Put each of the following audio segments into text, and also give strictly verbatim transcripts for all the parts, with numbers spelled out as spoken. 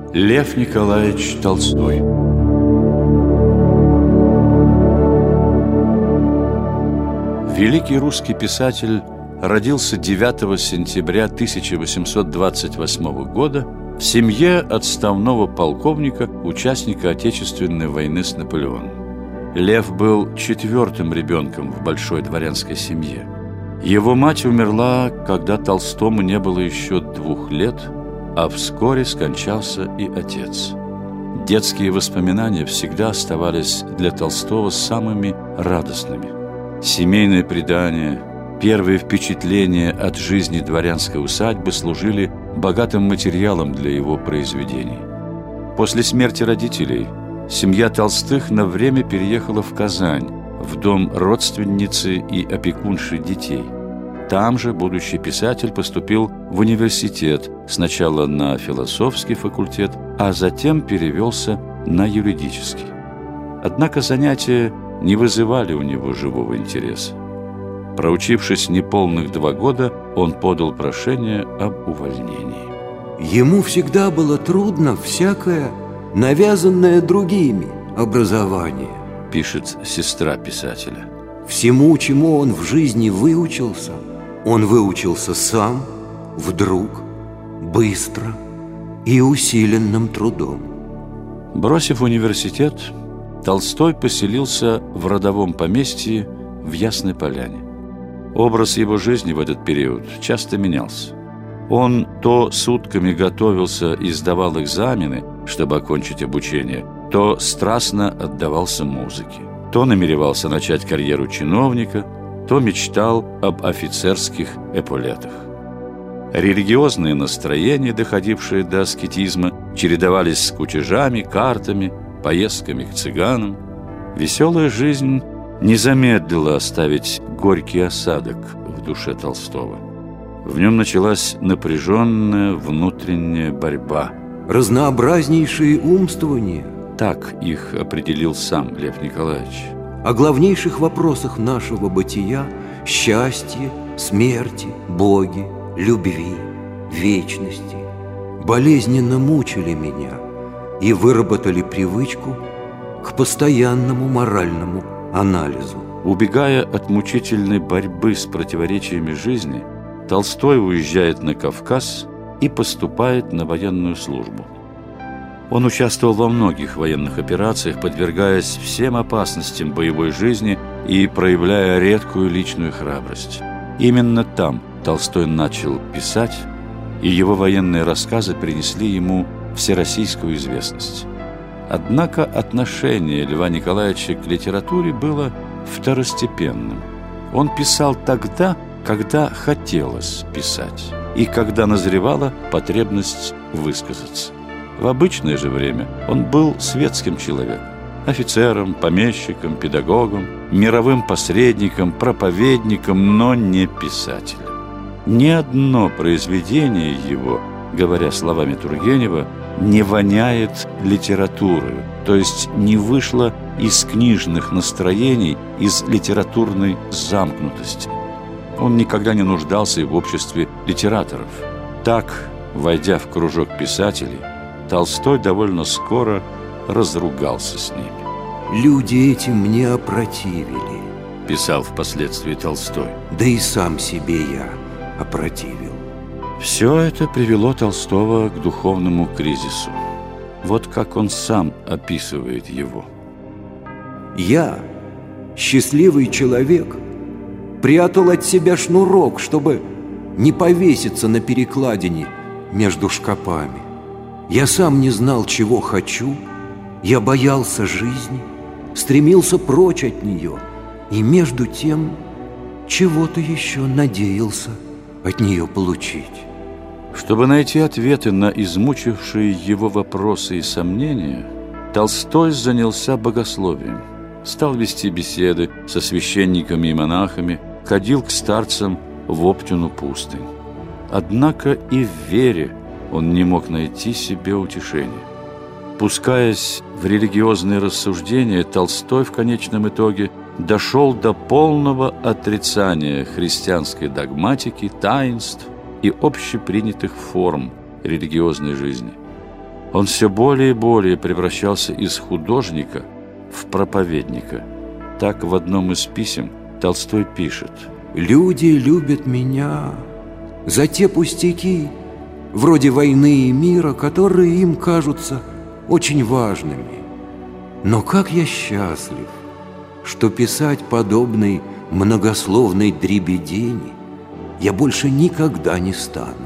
Лев Николаевич Толстой. Великий русский писатель родился девятого сентября тысяча восемьсот двадцать восьмого года в семье отставного полковника, участника Отечественной войны с Наполеоном. Лев был четвертым ребенком в большой дворянской семье. Его мать умерла, когда Толстому не было еще двух лет, а вскоре скончался и отец. Детские воспоминания всегда оставались для Толстого самыми радостными. Семейные предания, первые впечатления от жизни дворянской усадьбы служили богатым материалом для его произведений. После смерти родителей семья Толстых на время переехала в Казань, в дом родственницы и опекунши детей. Там же будущий писатель поступил в университет, сначала на философский факультет, а затем перевелся на юридический. Однако занятия не вызывали у него живого интереса. Проучившись неполных два года, он подал прошение об увольнении. Ему всегда было трудно всякое, навязанное другими, образование, пишет сестра писателя. Всему, чему он в жизни выучился, он выучился сам, вдруг, быстро и усиленным трудом. Бросив университет, Толстой поселился в родовом поместье в Ясной Поляне. Образ его жизни в этот период часто менялся. Он то сутками готовился и сдавал экзамены, чтобы окончить обучение, то страстно отдавался музыке, то намеревался начать карьеру чиновника, то мечтал об офицерских эполетах. Религиозные настроения, доходившие до аскетизма, чередовались с кутежами, картами, поездками к цыганам. Веселая жизнь не замедлила оставить горький осадок в душе Толстого. В нем началась напряженная внутренняя борьба. Разнообразнейшие умствования. Так их определил сам Лев Николаевич. О главнейших вопросах нашего бытия – счастье, смерти, Боге, любви, вечности – болезненно мучили меня и выработали привычку к постоянному моральному анализу. Убегая от мучительной борьбы с противоречиями жизни, Толстой уезжает на Кавказ и поступает на военную службу. Он участвовал во многих военных операциях, подвергаясь всем опасностям боевой жизни и проявляя редкую личную храбрость. Именно там Толстой начал писать, и его военные рассказы принесли ему всероссийскую известность. Однако отношение Льва Николаевича к литературе было второстепенным. Он писал тогда, когда хотелось писать, и когда назревала потребность высказаться. В обычное же время он был светским человеком, офицером, помещиком, педагогом, мировым посредником, проповедником, но не писателем. Ни одно произведение его, говоря словами Тургенева, не воняет литературой, то есть не вышло из книжных настроений, из литературной замкнутости. Он никогда не нуждался и в обществе литераторов. Так, войдя в кружок писателей, Толстой довольно скоро разругался с ними. «Люди эти мне опротивили», – писал впоследствии Толстой. «Да и сам себе я опротивил». Все это привело Толстого к духовному кризису. Вот как он сам описывает его. «Я, счастливый человек, прятал от себя шнурок, чтобы не повеситься на перекладине между шкапами. Я сам не знал, чего хочу, я боялся жизни, стремился прочь от нее, и между тем чего-то еще надеялся от нее получить». Чтобы найти ответы на измучившие его вопросы и сомнения, Толстой занялся богословием, стал вести беседы со священниками и монахами, ходил к старцам в Оптину пустынь. Однако и в вере он не мог найти себе утешения. Пускаясь в религиозные рассуждения, Толстой в конечном итоге дошел до полного отрицания христианской догматики, таинств и общепринятых форм религиозной жизни. Он все более и более превращался из художника в проповедника. Так в одном из писем Толстой пишет: «Люди любят меня за те пустяки, вроде войны и мира, которые им кажутся очень важными. Но как я счастлив, что писать подобной многословной дребедени я больше никогда не стану.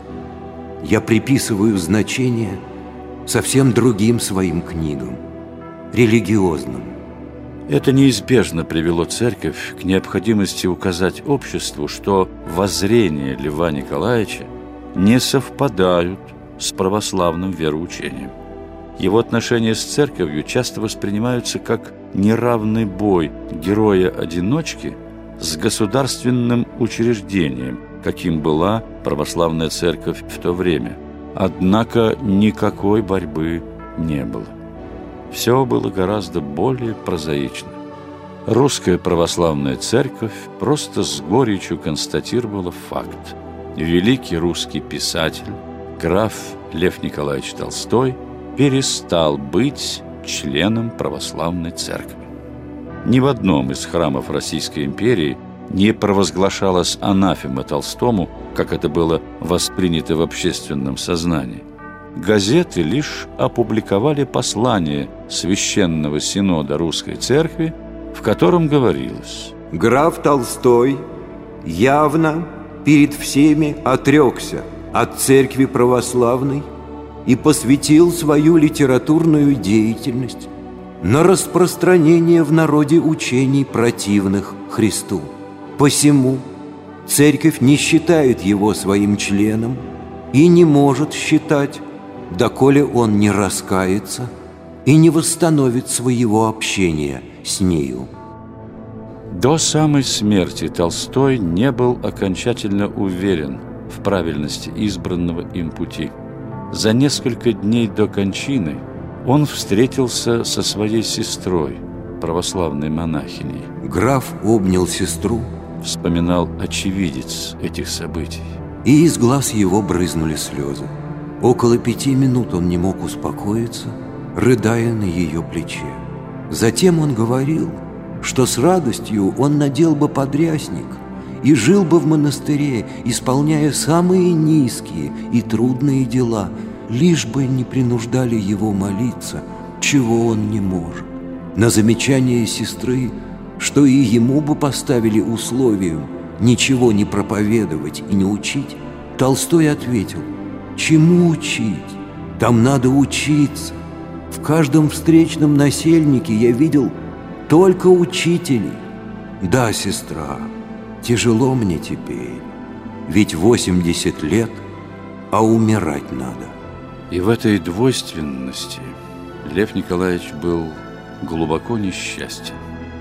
Я приписываю значение совсем другим своим книгам, религиозным». Это неизбежно привело церковь к необходимости указать обществу, что воззрения Льва Николаевича не совпадают с православным вероучением. Его отношения с церковью часто воспринимаются как неравный бой героя-одиночки с государственным учреждением, каким была православная церковь в то время. Однако никакой борьбы не было. Все было гораздо более прозаично. Русская православная церковь просто с горечью констатировала факт: великий русский писатель, граф Лев Николаевич Толстой, перестал быть членом православной церкви. Ни в одном из храмов Российской империи не провозглашалась анафема Толстому, как это было воспринято в общественном сознании. Газеты лишь опубликовали послание Священного Синода Русской Церкви, в котором говорилось: «Граф Толстой явно перед всеми отрекся от церкви православной и посвятил свою литературную деятельность на распространение в народе учений, противных Христу. Посему церковь не считает его своим членом и не может считать, доколе он не раскается и не восстановит своего общения с нею». До самой смерти Толстой не был окончательно уверен в правильности избранного им пути. За несколько дней до кончины он встретился со своей сестрой, православной монахиней. «Граф обнял сестру», — вспоминал очевидец этих событий, «и из глаз его брызнули слезы. Около пяти минут он не мог успокоиться, рыдая на ее плече. Затем он говорил, что с радостью он надел бы подрясник и жил бы в монастыре, исполняя самые низкие и трудные дела, лишь бы не принуждали его молиться, чего он не может. На замечание сестры, что и ему бы поставили условием ничего не проповедовать и не учить, Толстой ответил: «Чему учить? Там надо учиться. В каждом встречном насельнике я видел только учителей. Да, сестра, тяжело мне теперь, ведь восемьдесят лет, а умирать надо». И в этой двойственности Лев Николаевич был глубоко несчастен.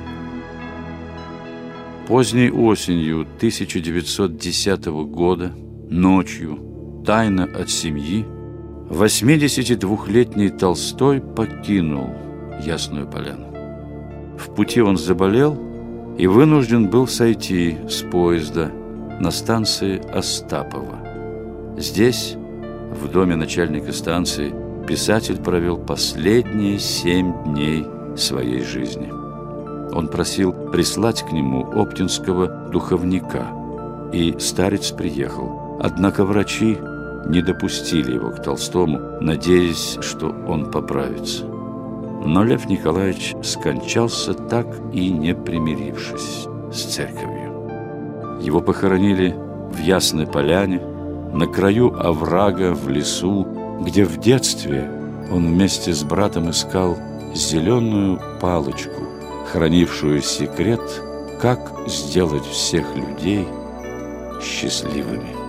Поздней осенью тысяча девятьсот десятого года, ночью, тайно от семьи, восьмидесятидвухлетний Толстой покинул Ясную Поляну. В пути он заболел и вынужден был сойти с поезда на станции Остапова. Здесь, в доме начальника станции, писатель провел последние семь дней своей жизни. Он просил прислать к нему оптинского духовника, и старец приехал. Однако врачи не допустили его к Толстому, надеясь, что он поправится. Но Лев Николаевич скончался, так и не примирившись с церковью. Его похоронили в Ясной Поляне, на краю оврага в лесу, где в детстве он вместе с братом искал зеленую палочку, хранившую секрет, как сделать всех людей счастливыми.